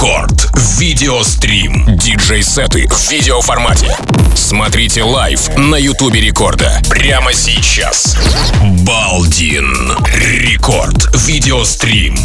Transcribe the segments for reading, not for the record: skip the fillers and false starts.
Рекорд. Видеострим. Диджей-сеты в видеоформате. Смотрите лайв на Ютубе Рекорда. Прямо сейчас. Балдин. Рекорд. Видеострим.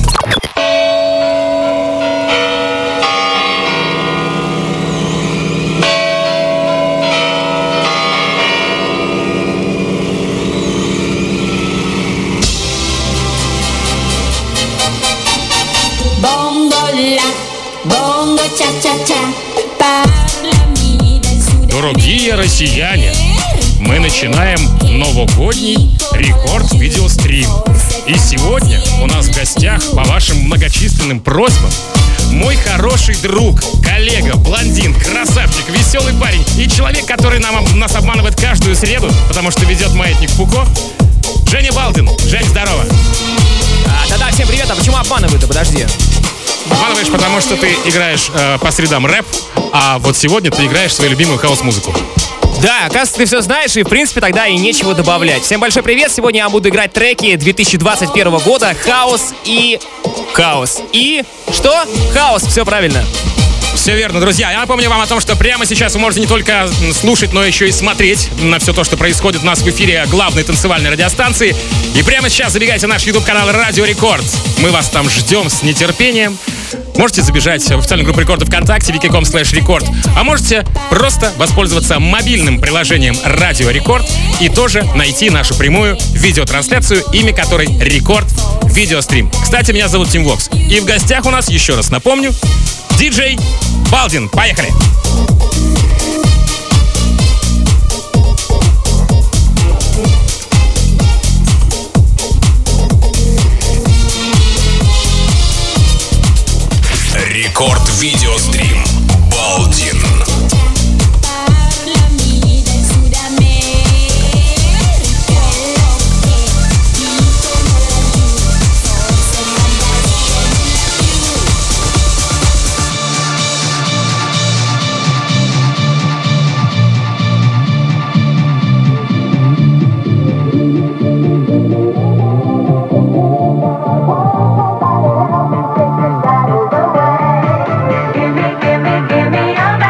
Дорогие россияне, мы начинаем новогодний Рекорд Видеострим. И сегодня у нас в гостях, по вашим многочисленным просьбам, мой хороший друг, коллега, блондин, красавчик, веселый парень и человек, который нас обманывает каждую среду, потому что ведет маятник Фуко, Женя Балдин. Жень, здорово. Да-да, всем привет. А почему обманывают-то? Подожди. Обманываешь, потому что ты играешь по средам рэп, а вот сегодня ты играешь свою любимую хаос-музыку. Да, оказывается, ты все знаешь, и в принципе тогда и нечего добавлять. Всем большой привет. Сегодня я буду играть треки 2021 года. Хаос и... Что? Хаос, все правильно. Все верно, друзья. Я напомню вам о том, что прямо сейчас вы можете не только слушать, но еще и смотреть на все то, что происходит у нас в эфире главной танцевальной радиостанции. И прямо сейчас забегайте в наш YouTube-канал Радио Рекорд. Мы вас там ждем с нетерпением. Можете забежать в официальную группу Рекорда ВКонтакте wiki.com/рекорд. А можете просто воспользоваться мобильным приложением Радио Рекорд и тоже найти нашу прямую видеотрансляцию, имя которой Рекорд Видеострим. Кстати, меня зовут Тим Вокс. И в гостях у нас, еще раз напомню, диджей Балдин. Поехали! Рекорд Видеострим. Балдин. Give me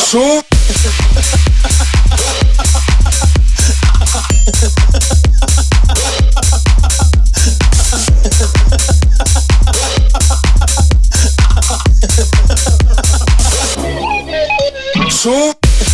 Шоу. Шоу.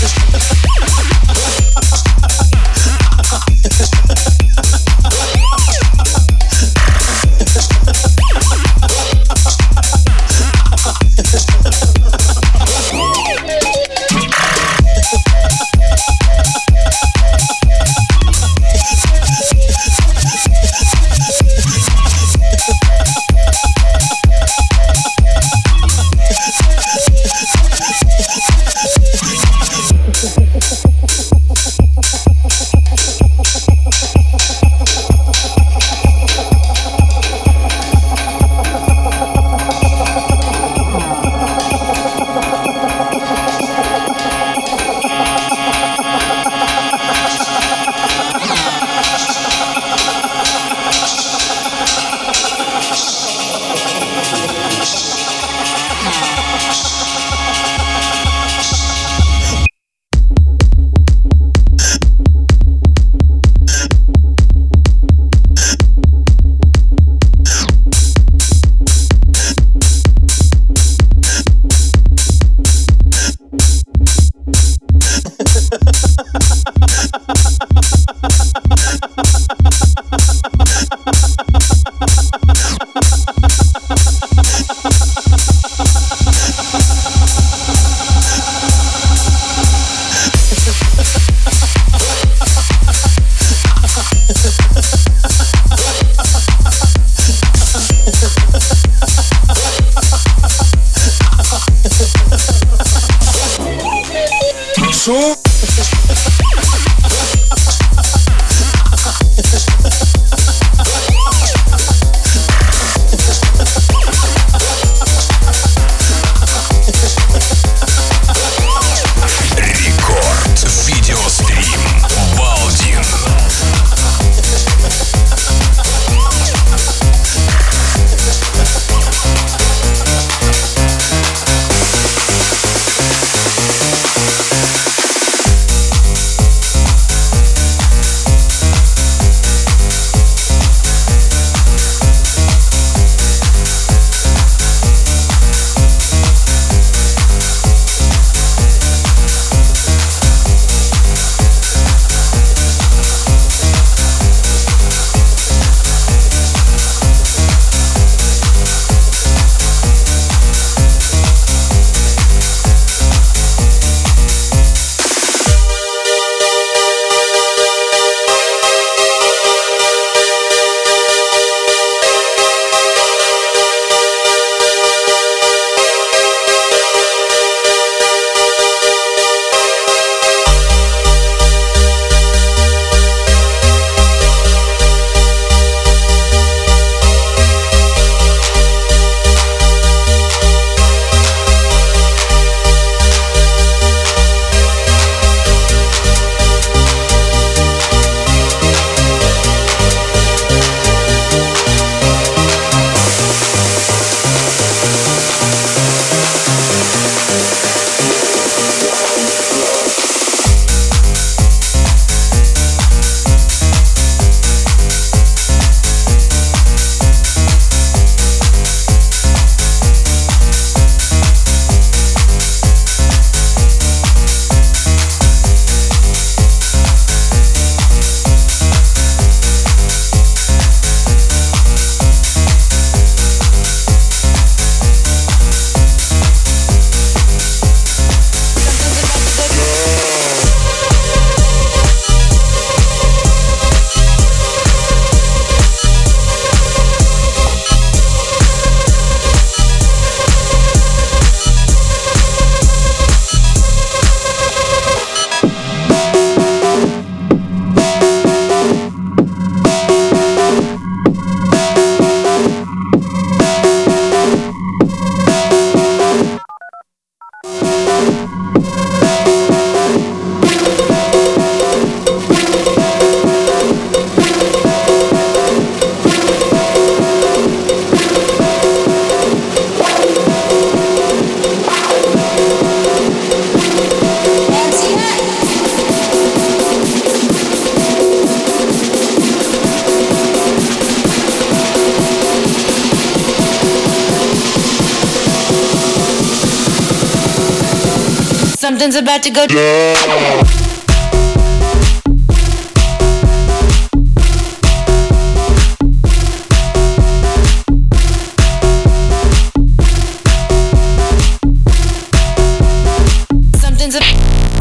Шоу. Рекорд видеострим Балдин. Something's about to go. Something's a.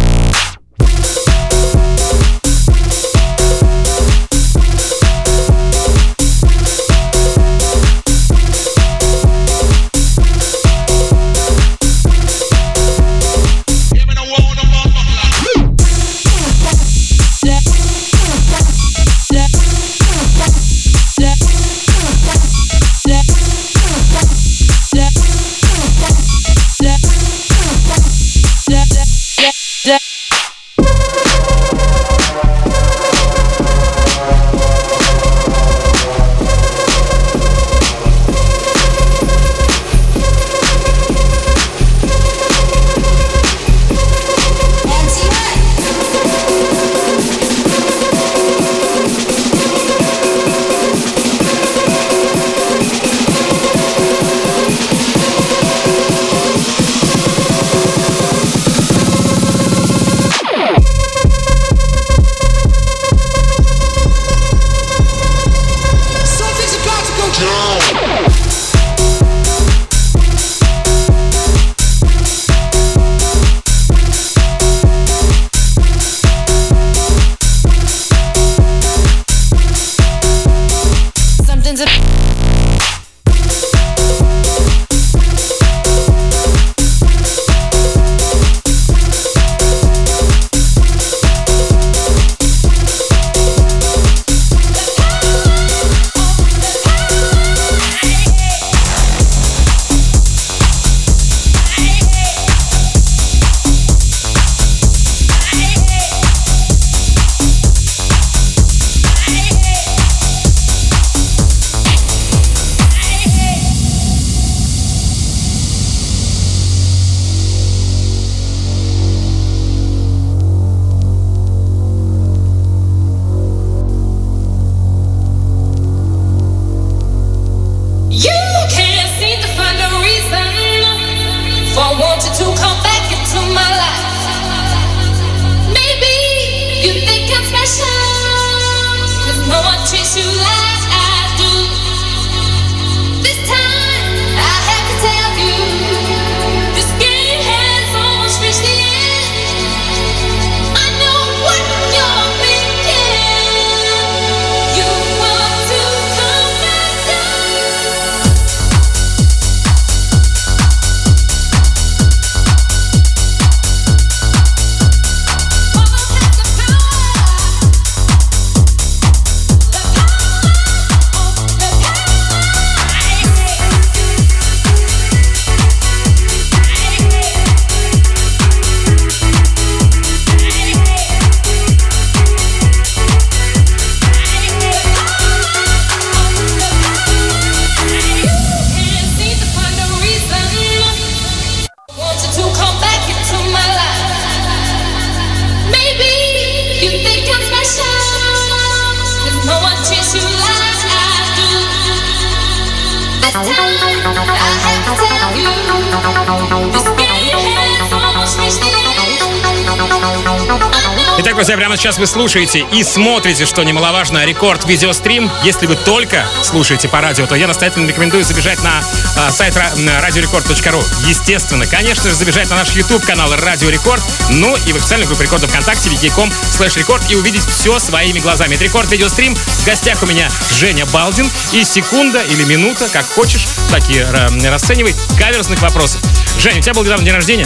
Итак, друзья, прямо сейчас вы слушаете и смотрите, что немаловажно, Рекорд Видеострим. Если вы только слушаете по радио, то я настоятельно рекомендую забежать на сайт radiorecord.ru. Естественно, конечно же, забежать на наш YouTube-канал Радио Рекорд, ну и в официальную группу Рекорда ВКонтакте wiki.com/рекорд и увидеть все своими глазами. Это Рекорд Видеострим. В гостях у меня Женя Балдин. И секунда или минута, как хочешь, так и расценивай, каверзных вопросов. Женя, у тебя был недавно день рождения?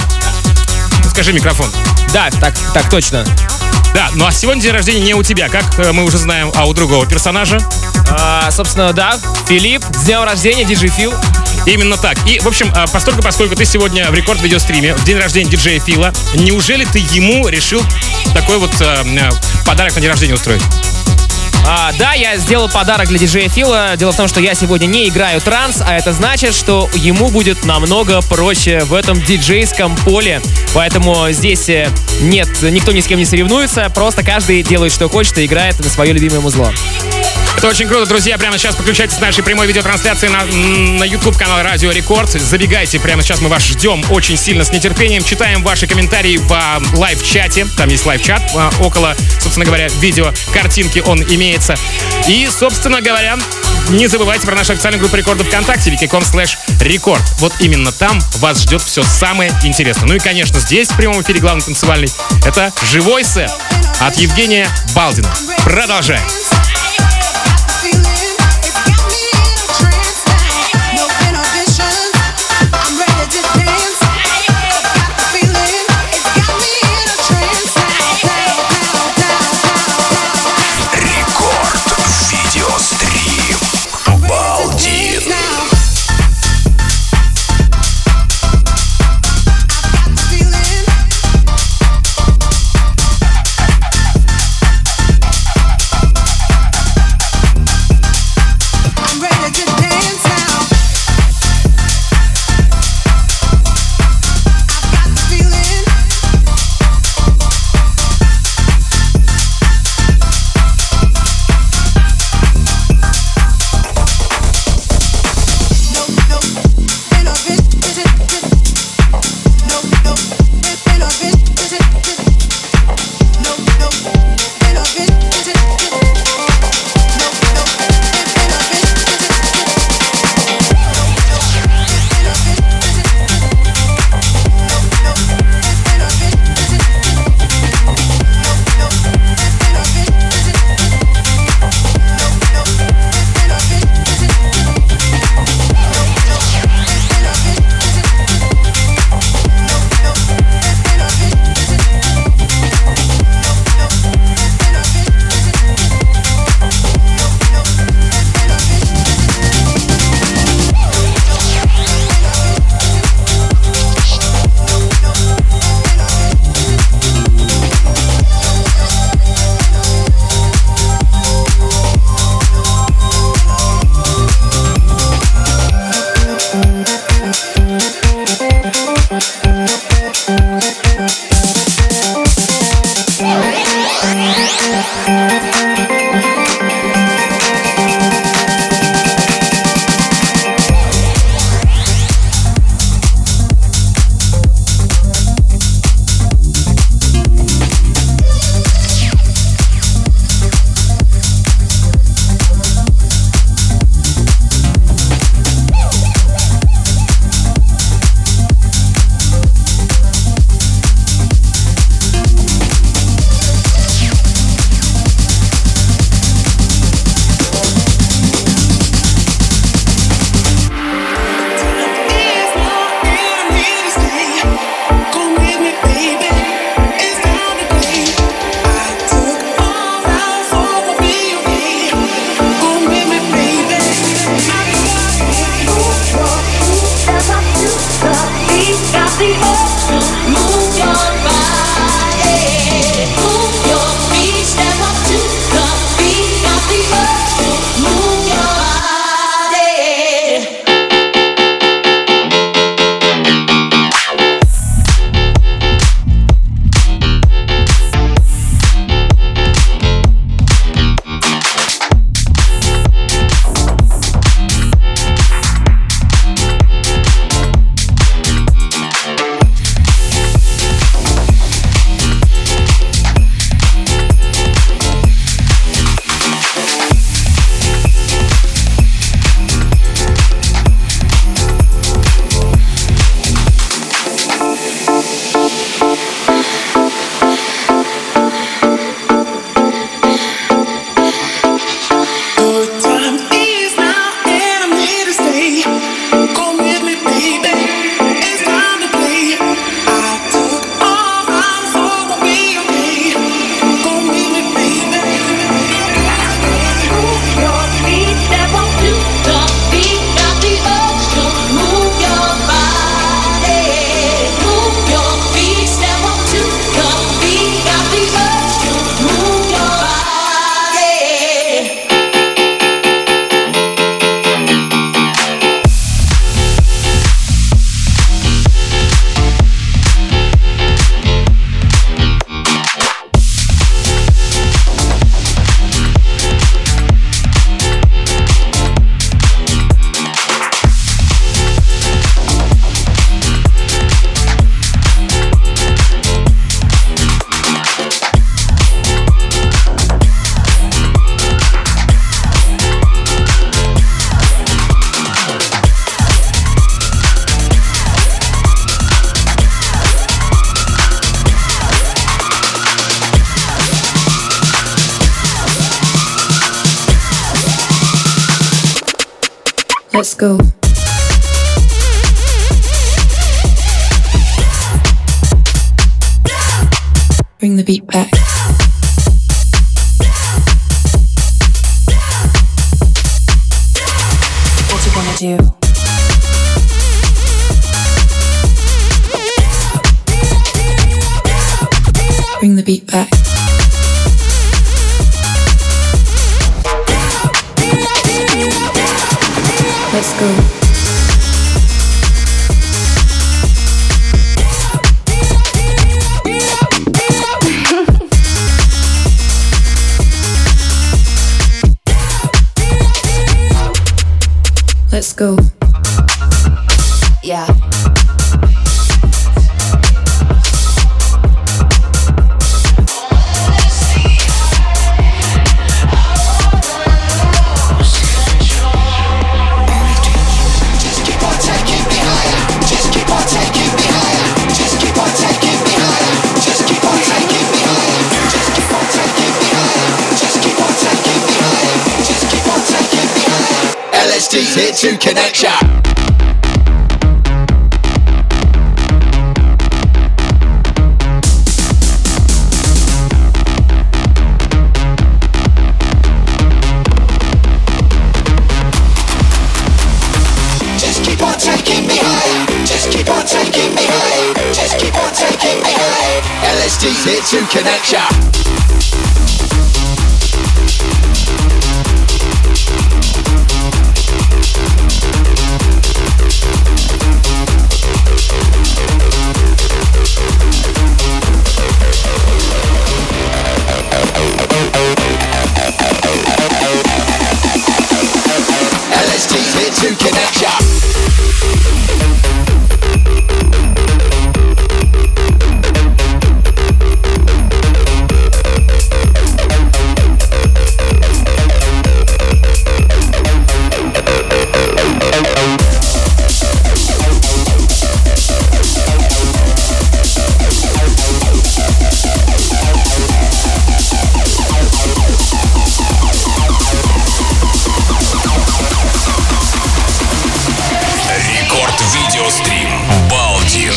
Скажи микрофон. Да, так точно. Да, ну а сегодня день рождения не у тебя, как мы уже знаем, а у другого персонажа. Собственно, да, Филипп, с днем рождения, диджей Фил. Именно так. И, в общем, поскольку ты сегодня в рекорд-видеостриме, в день рождения диджея Фила, неужели ты ему решил такой вот подарок на день рождения устроить? Да, я сделал подарок для диджея Фила. Дело в том, что я сегодня не играю транс, а это значит, что ему будет намного проще в этом диджейском поле. Поэтому здесь никто ни с кем не соревнуется, просто каждый делает, что хочет, и играет на свое любимое музло. Это очень круто, друзья. Прямо сейчас подключайтесь к нашей прямой видеотрансляции на YouTube-канал Радио Рекорд. Забегайте, прямо сейчас мы вас ждем очень сильно, с нетерпением. Читаем ваши комментарии в лайв-чате. Там есть лайв-чат около, собственно говоря, видео, картинки он имеется. И, собственно говоря, не забывайте про нашу официальную группу рекордов ВКонтакте wiki.com/record. Вот именно там вас ждет все самое интересное. Ну и, конечно, здесь в прямом эфире главный танцевальный — это живой сет от Евгения Балдина. Продолжаем. Let's go. Bring the beat back. What you gonna do? Bring the beat back. Let's go. Let's go. Yeah. LSD's here to connect ya. Just keep on taking me higher. Just keep on taking me higher. Just keep on taking me higher. LSD's here to connect ya. LSD's here to connect ya. Видеострим Балдин.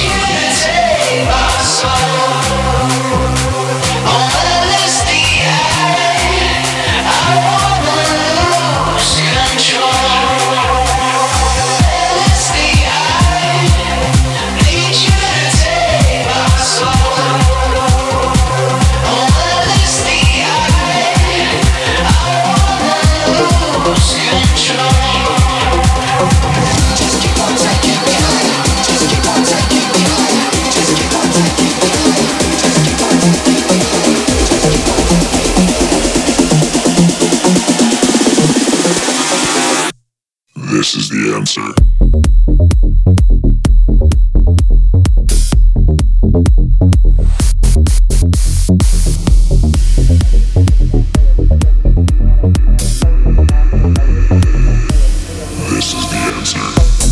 This is the answer. This is the answer.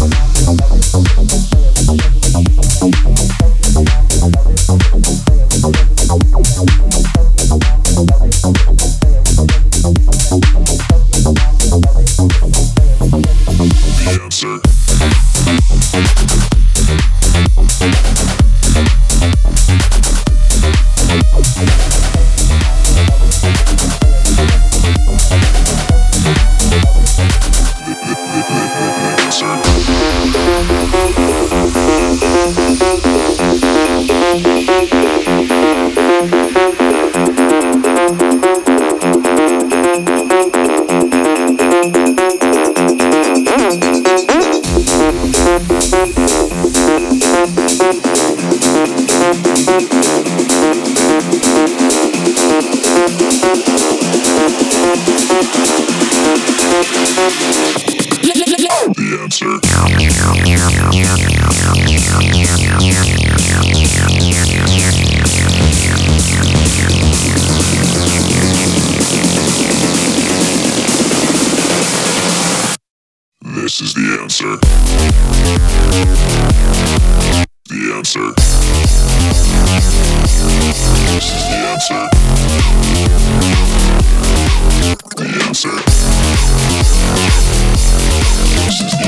This is the answer. The answer. This is the answer. The answer. This is the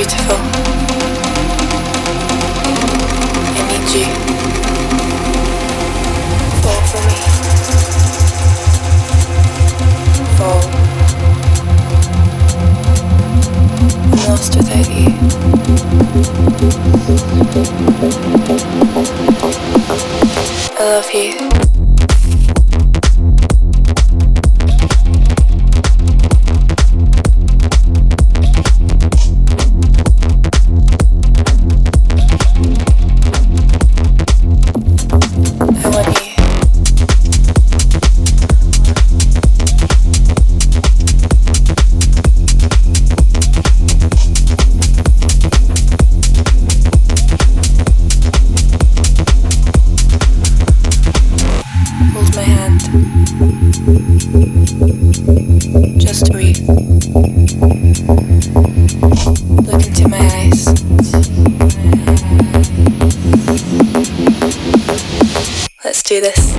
beautiful. I need you. Fall for me. Fall. I'm lost without you. I love you. Just breathe. Look into my eyes. Let's do this.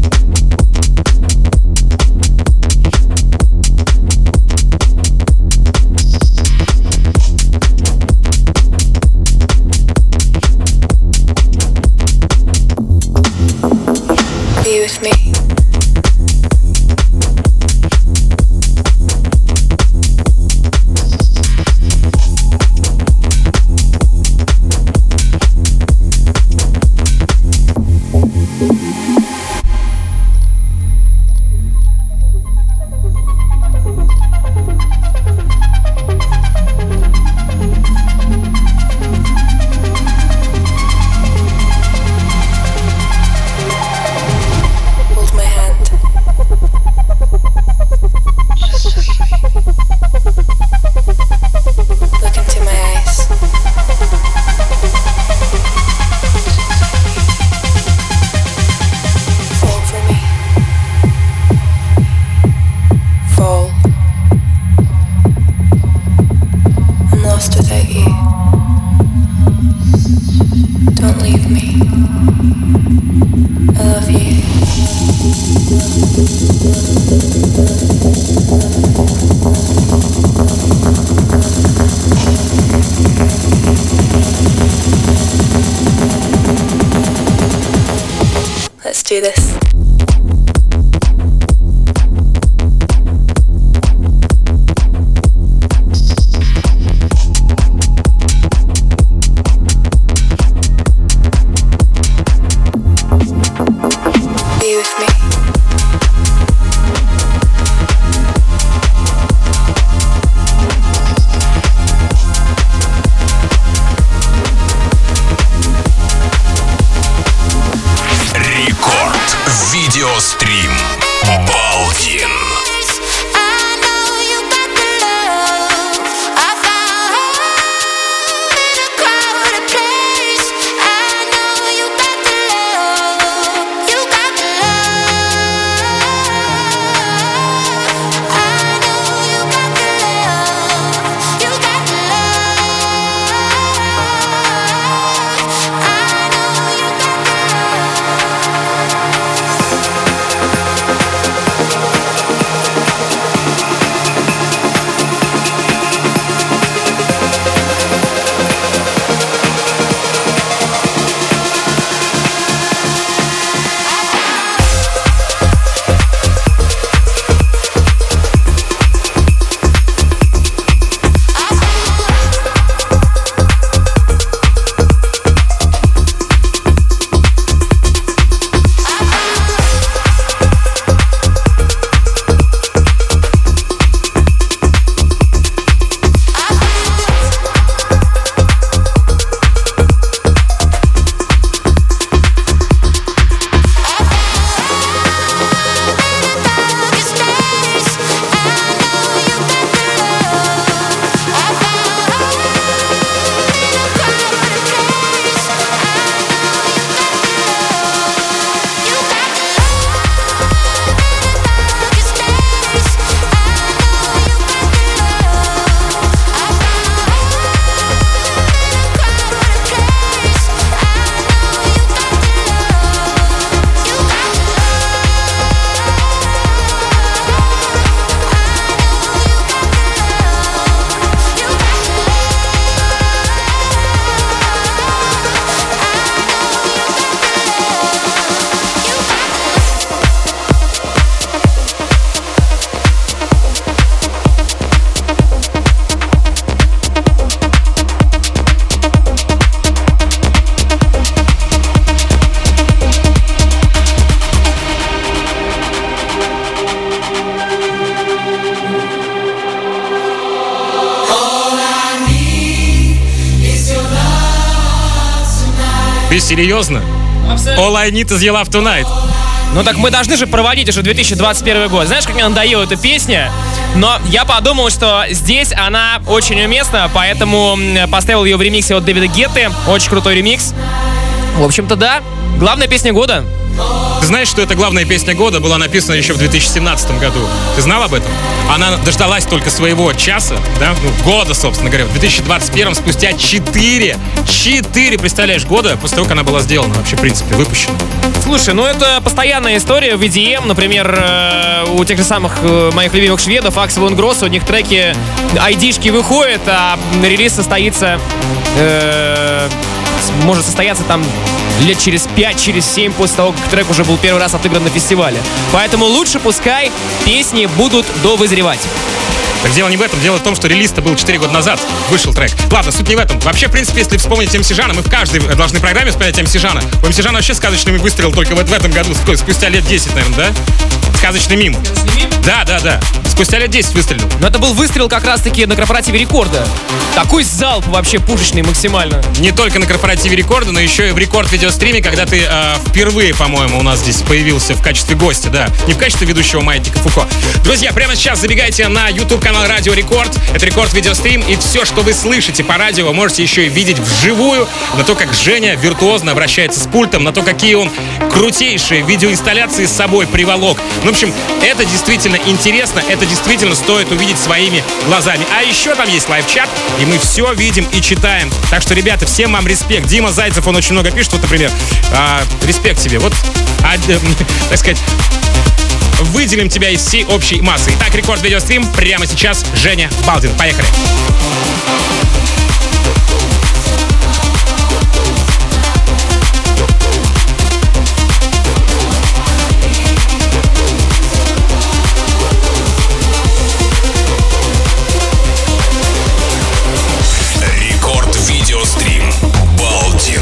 Be with me. Let's do this. Be with me. Видеострим Балдин. Ты серьезно? All I need is your love tonight. Ну так мы должны же проводить уже 2021 год. Знаешь, как мне надоела эта песня? Но я подумал, что здесь она очень уместна, поэтому поставил ее в ремиксе от Дэвида Гетты. Очень крутой ремикс. В общем-то, да. Главная песня года. Ты знаешь, что эта главная песня года была написана еще в 2017 году? Ты знал об этом? Она дождалась только своего часа, да? Ну, года, собственно говоря. В 2021, спустя 4, представляешь, года после того, как она была сделана, вообще, в принципе, выпущена. Слушай, ну это постоянная история в EDM. Например, у тех же самых моих любимых шведов, Axel и Ingrosso, у них треки ID-шки выходят, а релиз состоится... может состояться там лет через 5, через 7 после того, как трек уже был первый раз отыгран на фестивале. Поэтому лучше пускай песни будут довызревать. Так дело не в этом, дело в том, что релиз-то был 4 года назад, вышел трек. Ладно, суть не в этом. Вообще, в принципе, если вспомнить МС Жана, мы в каждой должны программе вспоминать МС Жана. У МС Жана вообще сказочный выстрел только вот в этом году, спустя лет 10, наверное, да? Сказочный мим. Да. Спустя лет 10 выстрелил. Но это был выстрел как раз-таки на корпоративе Рекорда. Такой залп вообще пушечный максимально. Не только на корпоративе Рекорда, но еще и в Рекорд-видеостриме, когда ты впервые, по-моему, у нас здесь появился в качестве гостя, да. Не в качестве ведущего Маятника Фуко. Друзья, прямо сейчас забегайте на YouTube-канал Радио Рекорд. Это Рекорд-видеострим. И все, что вы слышите по радио, вы можете еще и видеть вживую. На то, как Женя виртуозно обращается с пультом, на то, какие он крутейшие видеоинсталляции с собой приволок. Ну, в общем, это действительно интересно, это действительно стоит увидеть своими глазами. А еще там есть лайв-чат, и мы все видим и читаем. Так что, ребята, всем вам респект. Дима Зайцев, он очень много пишет, вот, например, респект тебе. Вот, так сказать, выделим тебя из всей общей массы. Итак, Рекорд-видеострим прямо сейчас. Женя Балдин. Поехали. Видеострим Балдин.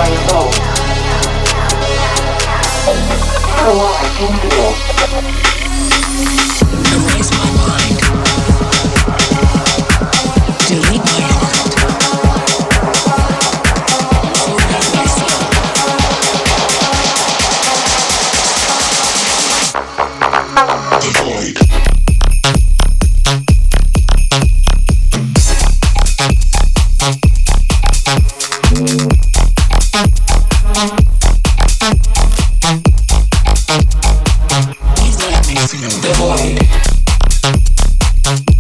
Erase my mind. Delete my heart. Forget my soul. The void. Please let me feel the void.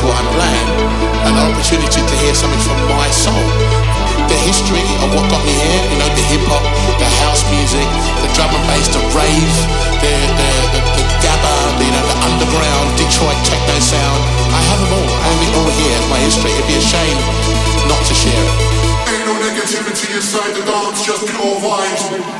to what I'm playing, an opportunity to hear something from my soul. The history of what got me here, you know, the hip hop, the house music, the drum and bass, the rave, the gabba, you know, the underground Detroit techno sound. I have them all. I have it all here as my history. It'd be a shame not to share it. Ain't no negativity inside the dance, just pure vibes.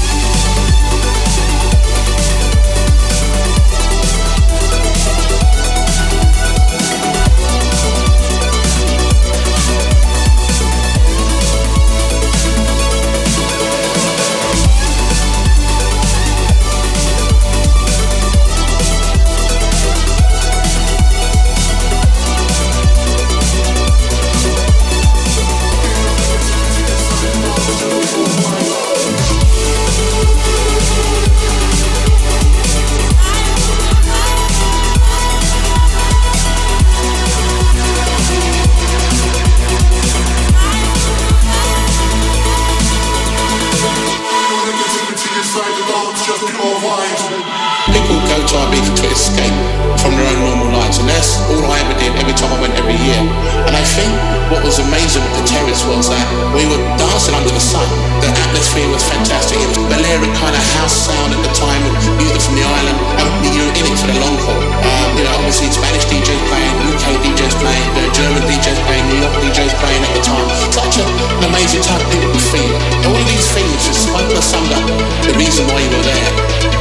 People go to Ibiza to escape from their own normal lives, and that's all I ever did every time I went every year. And I think what was amazing with the Terrace was that we were dancing under the sun. The atmosphere was fantastic. It was Balearic kind of house sound at the time, with music from the island, and you were in it for the long haul. You know, obviously Spanish DJs playing, UK DJs playing, German DJs playing, New York DJs playing at the time. Such an amazing time. People could feel it. All of these things just summed up the reason why you were there.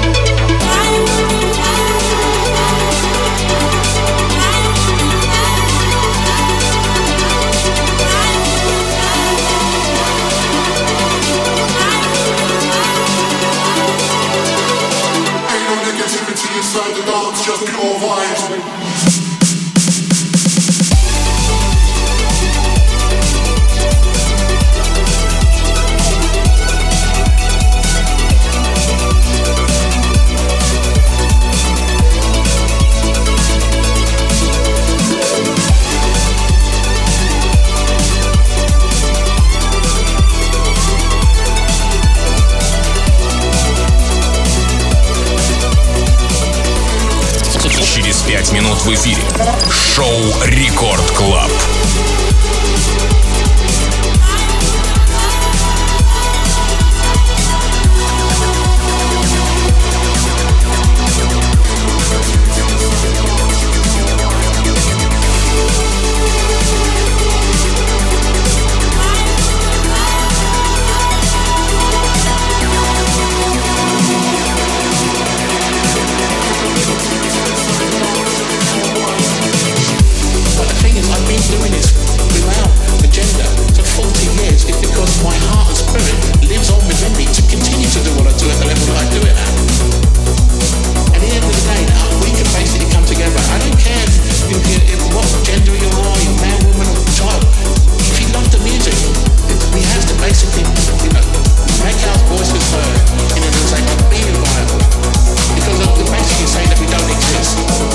Inside the dance, just pure vibes. Через 5 минут в эфире. Шоу Рекорд Клаб. Doing this without agenda for 40 years is because my heart and spirit lives on within me to continue to do what I do at the level that I do it at. At the end of the day now, we can basically come together. I don't care if what gender you are, you're man, woman or child. If you love the music, we have to basically, you know, make our voices heard in a say, be reliable. Because they're basically saying that we don't exist.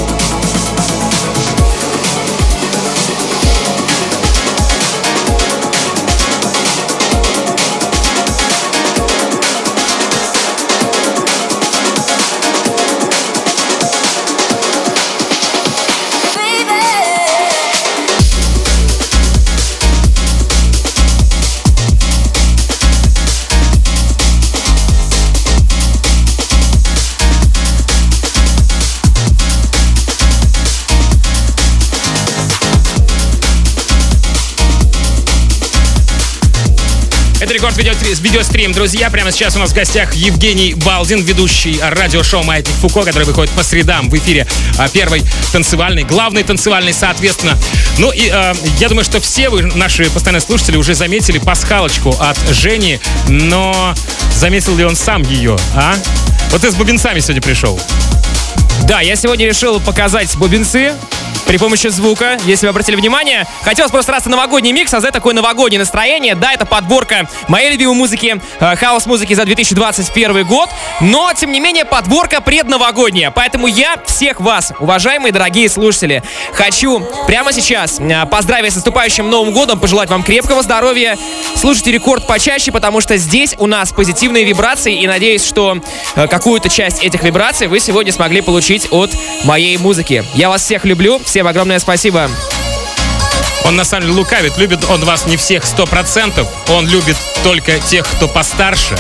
Это Рекорд видеострим, друзья. Прямо сейчас у нас в гостях Евгений Балдин, ведущий радиошоу «Маятник Фуко», который выходит по средам в эфире первой танцевальной, главной танцевальной, соответственно. Ну и я думаю, что все вы, наши постоянные слушатели, уже заметили пасхалочку от Жени, но заметил ли он сам ее, а? Вот ты с бубенцами сегодня пришел. Да, я сегодня решил показать бубенцы при помощи звука. Если вы обратили внимание, хотелось просто раз новогодний микс, создать такое новогоднее настроение. Да, это подборка моей любимой музыки, хаус-музыки за 2021 год, но, тем не менее, подборка предновогодняя. Поэтому я всех вас, уважаемые дорогие слушатели, хочу прямо сейчас поздравить с наступающим Новым годом, пожелать вам крепкого здоровья. Слушайте Рекорд почаще, потому что здесь у нас позитивные вибрации, и надеюсь, что какую-то часть этих вибраций вы сегодня смогли получить от моей музыки. Я вас всех люблю. Всем огромное спасибо. Он на самом деле лукавит. Любит он вас не всех 100%. Он любит только тех, кто постарше.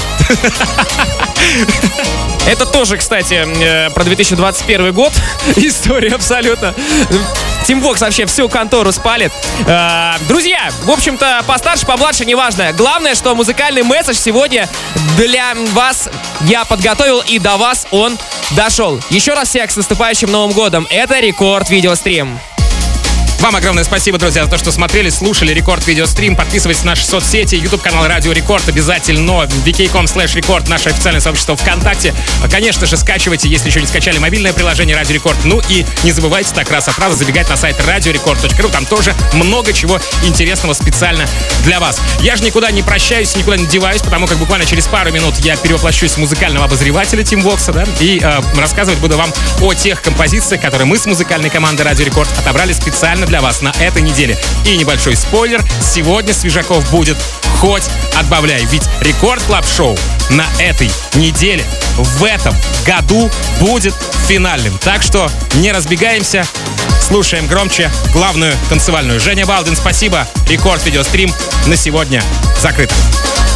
Это тоже, кстати, про 2021 год. История абсолютно. Тимвокс вообще всю контору спалит. Друзья, в общем-то, постарше, помладше, неважно. Главное, что музыкальный месседж сегодня для вас я подготовил, и до вас он дошел. Еще раз всех с наступающим Новым годом. Это Рекорд Видеострим. Вам огромное спасибо, друзья, за то, что смотрели, слушали Рекорд Видеострим. Подписывайтесь на наши соцсети, YouTube-канал Радио Рекорд обязательно, vk.com/рекорд, наше официальное сообщество ВКонтакте. Конечно же, скачивайте, если еще не скачали, мобильное приложение Радио Рекорд. Ну и не забывайте так раз от раза забегать на сайт radiorecord.ru. Там тоже много чего интересного специально для вас. Я же никуда не прощаюсь, никуда не деваюсь, потому как буквально через пару минут я перевоплощусь в музыкального обозревателя Тимвокса, да, и рассказывать буду вам о тех композициях, которые мы с музыкальной командой Радио Рекорд отобрали специально для вас на этой неделе. И небольшой спойлер, сегодня свежаков будет хоть отбавляй, ведь Рекорд Клаб Шоу на этой неделе, в этом году будет финальным. Так что не разбегаемся, слушаем громче главную танцевальную. Женя Балдин, спасибо. Рекорд Видеострим на сегодня закрыто.